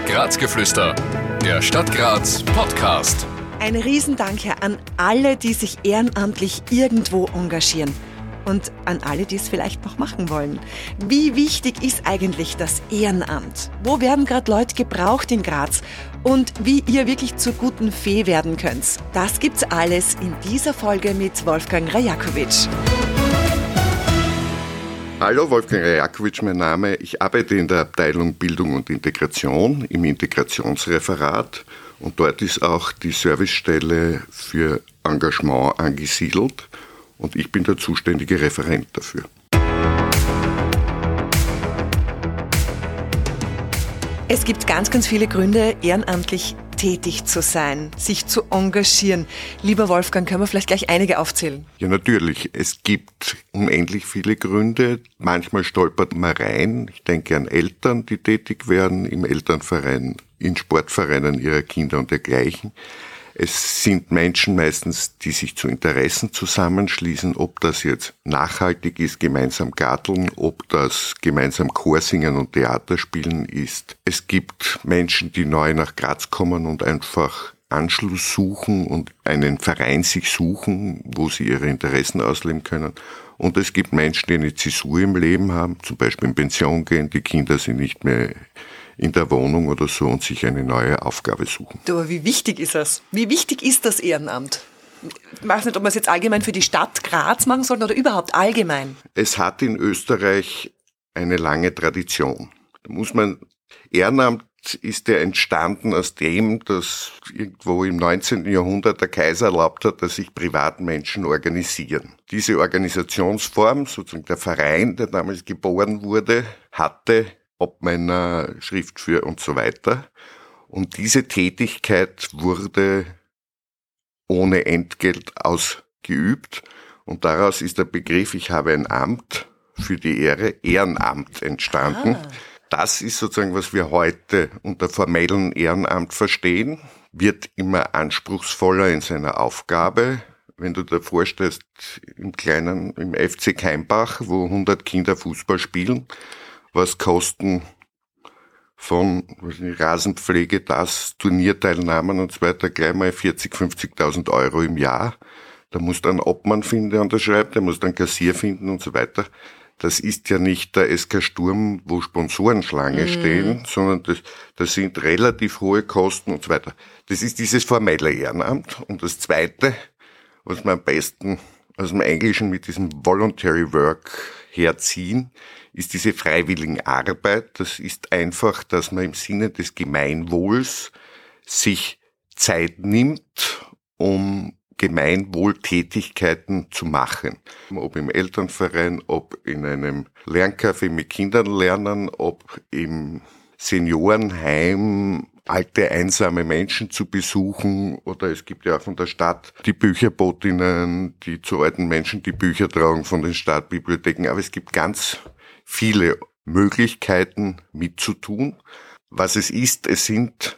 Grazgeflüster, der Stadt Graz Podcast. Ein Riesendank an alle, die sich ehrenamtlich irgendwo engagieren. Und an alle, die es vielleicht noch machen wollen. Wie wichtig ist eigentlich das Ehrenamt? Wo werden gerade Leute gebraucht in Graz? Und wie ihr wirklich zur guten Fee werden könnt? Das gibt's alles in dieser Folge mit Wolfgang Rajakovic. Hallo, Wolfgang Rajakovic, mein Name. Ich arbeite in der Abteilung Bildung und Integration im Integrationsreferat und dort ist auch die Servicestelle für Engagement angesiedelt und ich bin der zuständige Referent dafür. Es gibt ganz, ganz viele Gründe, ehrenamtlich tätig zu sein, sich zu engagieren. Lieber Wolfgang, können wir vielleicht gleich einige aufzählen? Ja, natürlich. Es gibt unendlich viele Gründe. Manchmal stolpert man rein. Ich denke an Eltern, die tätig werden im Elternverein, in Sportvereinen ihrer Kinder und dergleichen. Es sind Menschen meistens, die sich zu Interessen zusammenschließen, ob das jetzt nachhaltig ist, gemeinsam garteln, ob das gemeinsam Chorsingen und Theater spielen ist. Es gibt Menschen, die neu nach Graz kommen und einfach Anschluss suchen und einen Verein sich suchen, wo sie ihre Interessen ausleben können. Und es gibt Menschen, die eine Zäsur im Leben haben, zum Beispiel in Pension gehen, die Kinder sind nicht mehr in der Wohnung oder so und sich eine neue Aufgabe suchen. Du, aber wie wichtig ist das? Wie wichtig ist das Ehrenamt? Ich weiß nicht, ob wir es jetzt allgemein für die Stadt Graz machen sollten oder überhaupt allgemein. Es hat in Österreich eine lange Tradition. Ehrenamt ist ja entstanden aus dem, dass irgendwo im 19. Jahrhundert der Kaiser erlaubt hat, dass sich Privatmenschen organisieren. Diese Organisationsform, sozusagen der Verein, der damals geboren wurde, hatte Obmänner, Schriftführer und so weiter. Und diese Tätigkeit wurde ohne Entgelt ausgeübt. Und daraus ist der Begriff, ich habe ein Amt für die Ehre, Ehrenamt entstanden. Das ist sozusagen, was wir heute unter formellen Ehrenamt verstehen, wird immer anspruchsvoller in seiner Aufgabe. Wenn du dir vorstellst, im FC Keimbach, wo 100 Kinder Fußball spielen, was Kosten von Rasenpflege, Turnierteilnahmen und so weiter gleich mal 40.000, 50.000 Euro im Jahr. Da musst du einen Obmann finden, der unterschreibt, der muss dann Kassier finden und so weiter. Das ist ja nicht der SK Sturm, wo Sponsorenschlange stehen, sondern das sind relativ hohe Kosten und so weiter. Das ist dieses formelle Ehrenamt. Und das Zweite, was wir am besten aus dem Englischen mit diesem Voluntary Work herziehen, ist diese freiwillige Arbeit. Das ist einfach, dass man im Sinne des Gemeinwohls sich Zeit nimmt, um Gemeinwohltätigkeiten zu machen. Ob im Elternverein, ob in einem Lerncafé mit Kindern lernen, ob im Seniorenheim alte, einsame Menschen zu besuchen, oder es gibt ja auch von der Stadt die Bücherbotinnen, die zu alten Menschen die Bücher tragen von den Stadtbibliotheken. Aber es gibt ganz viele Möglichkeiten mitzutun. Was es sind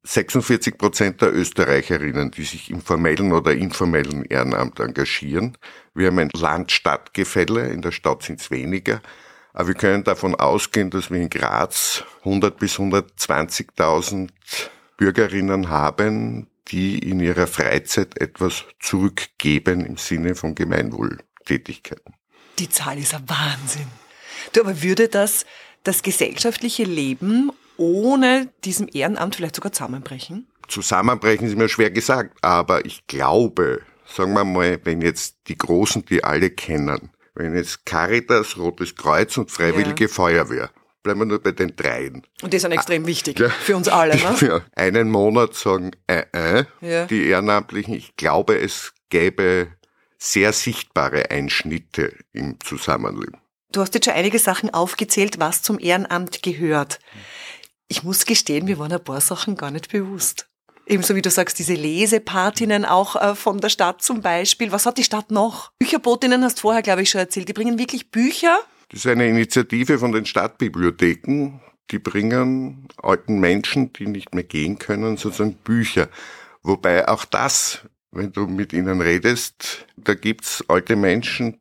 46% der Österreicherinnen, die sich im formellen oder informellen Ehrenamt engagieren. Wir haben ein Land-Stadt-Gefälle, in der Stadt sind es weniger. Aber wir können davon ausgehen, dass wir in Graz 100 bis 120.000 Bürgerinnen haben, die in ihrer Freizeit etwas zurückgeben im Sinne von Gemeinwohltätigkeiten. Die Zahl ist ein Wahnsinn. Du, aber würde das gesellschaftliche Leben ohne diesem Ehrenamt vielleicht sogar zusammenbrechen? Zusammenbrechen ist mir schwer gesagt, aber ich glaube, sagen wir mal, wenn jetzt die Großen, die alle kennen, wenn jetzt Caritas, Rotes Kreuz und Freiwillige Feuerwehr, bleiben wir nur bei den dreien. Und die sind extrem wichtig für uns alle, ne? Ja, einen Monat sagen, ja. Die Ehrenamtlichen, ich glaube, es gäbe sehr sichtbare Einschnitte im Zusammenleben. Du hast jetzt schon einige Sachen aufgezählt, was zum Ehrenamt gehört. Ich muss gestehen, mir waren ein paar Sachen gar nicht bewusst. Ebenso wie du sagst, diese Lesepartinnen auch von der Stadt zum Beispiel. Was hat die Stadt noch? Bücherbotinnen hast du vorher, glaube ich, schon erzählt. Die bringen wirklich Bücher? Das ist eine Initiative von den Stadtbibliotheken. Die bringen alten Menschen, die nicht mehr gehen können, sozusagen Bücher. Wobei auch das, wenn du mit ihnen redest, da gibt's alte Menschen, die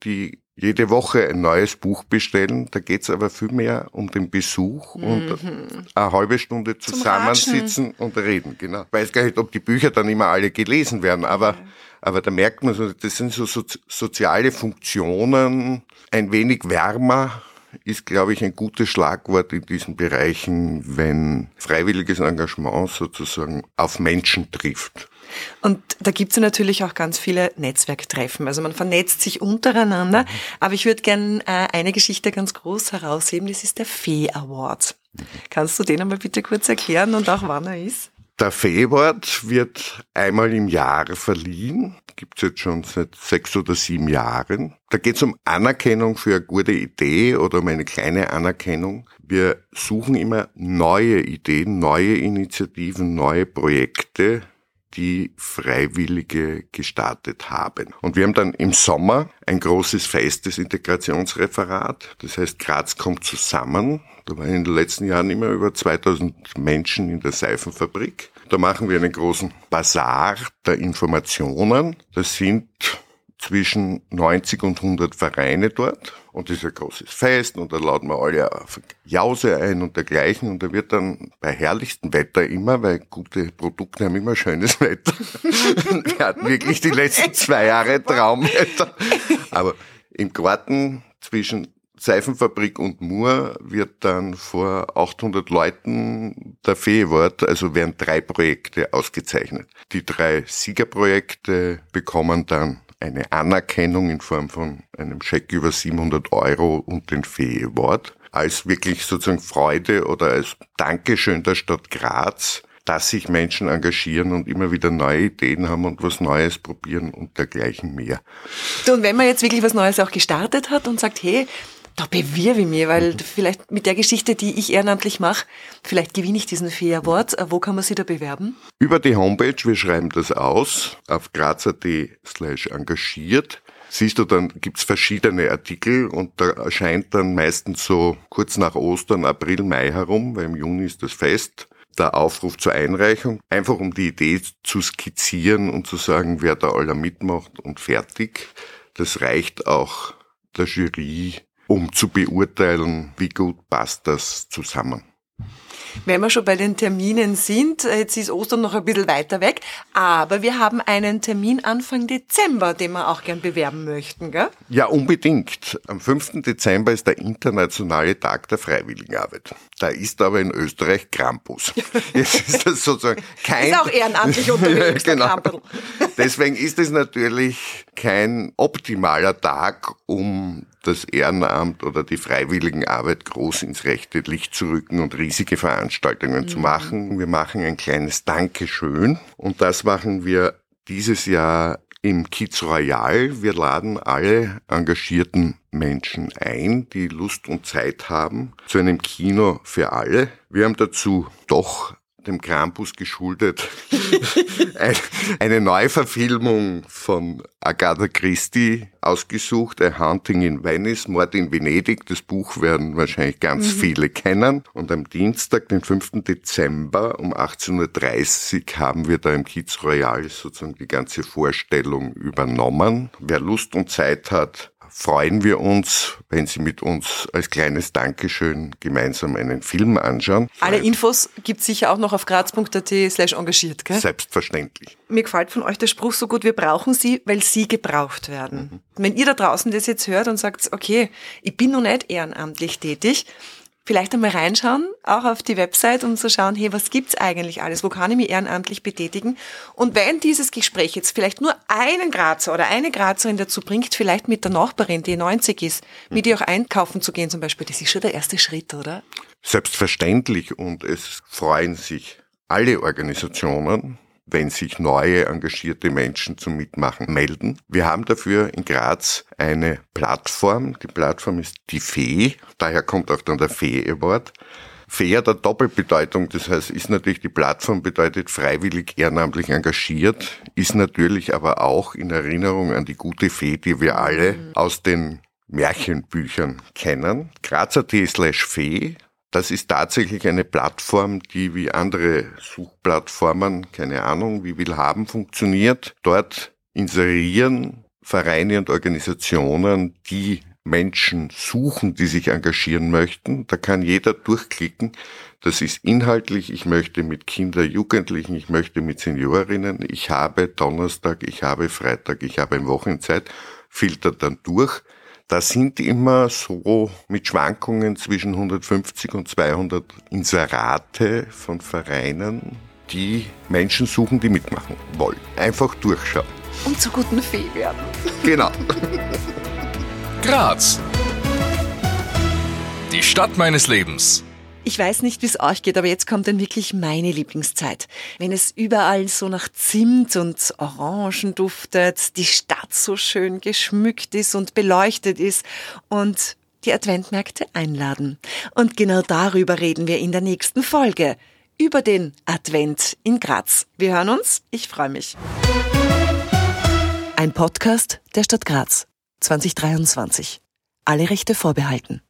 jede Woche ein neues Buch bestellen. Da geht's aber viel mehr um den Besuch und eine halbe Stunde zusammensitzen und reden. Genau. Ich weiß gar nicht, ob die Bücher dann immer alle gelesen werden, aber da merkt man so, das sind so soziale Funktionen. Ein wenig wärmer ist, glaube ich, ein gutes Schlagwort in diesen Bereichen, wenn freiwilliges Engagement sozusagen auf Menschen trifft. Und da gibt's ja natürlich auch ganz viele Netzwerktreffen. Also man vernetzt sich untereinander. Aber ich würde gerne eine Geschichte ganz groß herausheben. Das ist der Fee Award. Kannst du den einmal bitte kurz erklären und auch wann er ist? Der Fee Award wird einmal im Jahr verliehen. Gibt's jetzt schon seit 6 oder 7 Jahren. Da geht's um Anerkennung für eine gute Idee oder um eine kleine Anerkennung. Wir suchen immer neue Ideen, neue Initiativen, neue Projekte, die Freiwillige gestartet haben. Und wir haben dann im Sommer ein großes Fest, das Integrationsreferat. Das heißt, Graz kommt zusammen. Da waren in den letzten Jahren immer über 2000 Menschen in der Seifenfabrik. Da machen wir einen großen Basar der Informationen. Das sind zwischen 90 und 100 Vereine dort. Und das ist ein großes Fest und da laden wir alle auf Jause ein und dergleichen. Und da wird dann bei herrlichstem Wetter immer, weil gute Produkte haben immer schönes Wetter. Wir hatten wirklich die letzten 2 Jahre Traumwetter. Aber im Garten zwischen Seifenfabrik und Mur wird dann vor 800 Leuten der Fee Award, also werden 3 Projekte ausgezeichnet. Die 3 Siegerprojekte bekommen dann eine Anerkennung in Form von einem Scheck über 700 € und den Fee Award als wirklich sozusagen Freude oder als Dankeschön der Stadt Graz, dass sich Menschen engagieren und immer wieder neue Ideen haben und was Neues probieren und dergleichen mehr. Und wenn man jetzt wirklich was Neues auch gestartet hat und sagt, hey, da bewirbe ich mich, weil vielleicht mit der Geschichte, die ich ehrenamtlich mache, vielleicht gewinne ich diesen Fee Award. Wo kann man sich da bewerben? Über die Homepage, wir schreiben das aus, auf graz.at/engagiert. Siehst du, dann gibt's verschiedene Artikel und da erscheint dann meistens so kurz nach Ostern, April, Mai herum, weil im Juni ist das Fest, der Aufruf zur Einreichung, einfach um die Idee zu skizzieren und zu sagen, wer da aller mitmacht und fertig. Das reicht auch der Jury, um zu beurteilen, wie gut passt das zusammen. Wenn wir schon bei den Terminen sind, jetzt ist Ostern noch ein bisschen weiter weg, aber wir haben einen Termin Anfang Dezember, den wir auch gern bewerben möchten, gell? Ja, unbedingt. Am 5. Dezember ist der internationale Tag der Freiwilligenarbeit. Da ist aber in Österreich Krampus. Jetzt ist das sozusagen kein... Ist auch ehrenamtlich unterwegs, genau. Krampel. Deswegen ist es natürlich kein optimaler Tag, um das Ehrenamt oder die Freiwilligenarbeit groß ins rechte Licht zu rücken und riesige Veranstaltungen zu machen. Wir machen ein kleines Dankeschön und das machen wir dieses Jahr im Kiez Royal. Wir laden alle engagierten Menschen ein, die Lust und Zeit haben, zu einem Kino für alle. Wir haben dazu doch dem Krampus geschuldet eine Neuverfilmung von Agatha Christie ausgesucht, A Haunting in Venice, Mord in Venedig. Das Buch werden wahrscheinlich ganz viele kennen. Und am Dienstag, den 5. Dezember um 18.30 Uhr haben wir da im Kiez Royal sozusagen die ganze Vorstellung übernommen. Wer Lust und Zeit hat, freuen wir uns, wenn Sie mit uns als kleines Dankeschön gemeinsam einen Film anschauen. Alle Infos gibt's sicher auch noch auf graz.at/engagiert, gell? Selbstverständlich. Mir gefällt von euch der Spruch so gut, wir brauchen sie, weil sie gebraucht werden. Wenn ihr da draußen das jetzt hört und sagt, okay, ich bin noch nicht ehrenamtlich tätig, vielleicht einmal reinschauen, auch auf die Website, um zu schauen, hey, was gibt's eigentlich alles? Wo kann ich mich ehrenamtlich betätigen? Und wenn dieses Gespräch jetzt vielleicht nur einen Grazer oder eine Grazerin dazu bringt, vielleicht mit der Nachbarin, die 90 ist, mit ihr auch einkaufen zu gehen zum Beispiel, das ist schon der erste Schritt, oder? Selbstverständlich, und es freuen sich alle Organisationen, wenn sich neue engagierte Menschen zum Mitmachen melden. Wir haben dafür in Graz eine Plattform. Die Plattform ist die Fee, daher kommt auch dann der Fee Award. Fee hat eine Doppelbedeutung, das heißt, ist natürlich die Plattform bedeutet freiwillig ehrenamtlich engagiert, ist natürlich aber auch in Erinnerung an die gute Fee, die wir alle aus den Märchenbüchern kennen. Graz.at/Fee. Das ist tatsächlich eine Plattform, die wie andere Suchplattformen, keine Ahnung, wie Willhaben funktioniert. Dort inserieren Vereine und Organisationen, die Menschen suchen, die sich engagieren möchten. Da kann jeder durchklicken. Das ist inhaltlich, ich möchte mit Kindern, Jugendlichen, ich möchte mit Seniorinnen, ich habe Donnerstag, ich habe Freitag, ich habe Wochenzeit, filtert dann durch. Da sind immer so mit Schwankungen zwischen 150 und 200 Inserate von Vereinen, die Menschen suchen, die mitmachen wollen. Einfach durchschauen. Und zu guten Fee werden. Genau. Graz. Die Stadt meines Lebens. Ich weiß nicht, wie es euch geht, aber jetzt kommt dann wirklich meine Lieblingszeit. Wenn es überall so nach Zimt und Orangen duftet, die Stadt so schön geschmückt ist und beleuchtet ist und die Adventmärkte einladen. Und genau darüber reden wir in der nächsten Folge. Über den Advent in Graz. Wir hören uns. Ich freue mich. Ein Podcast der Stadt Graz 2023. Alle Rechte vorbehalten.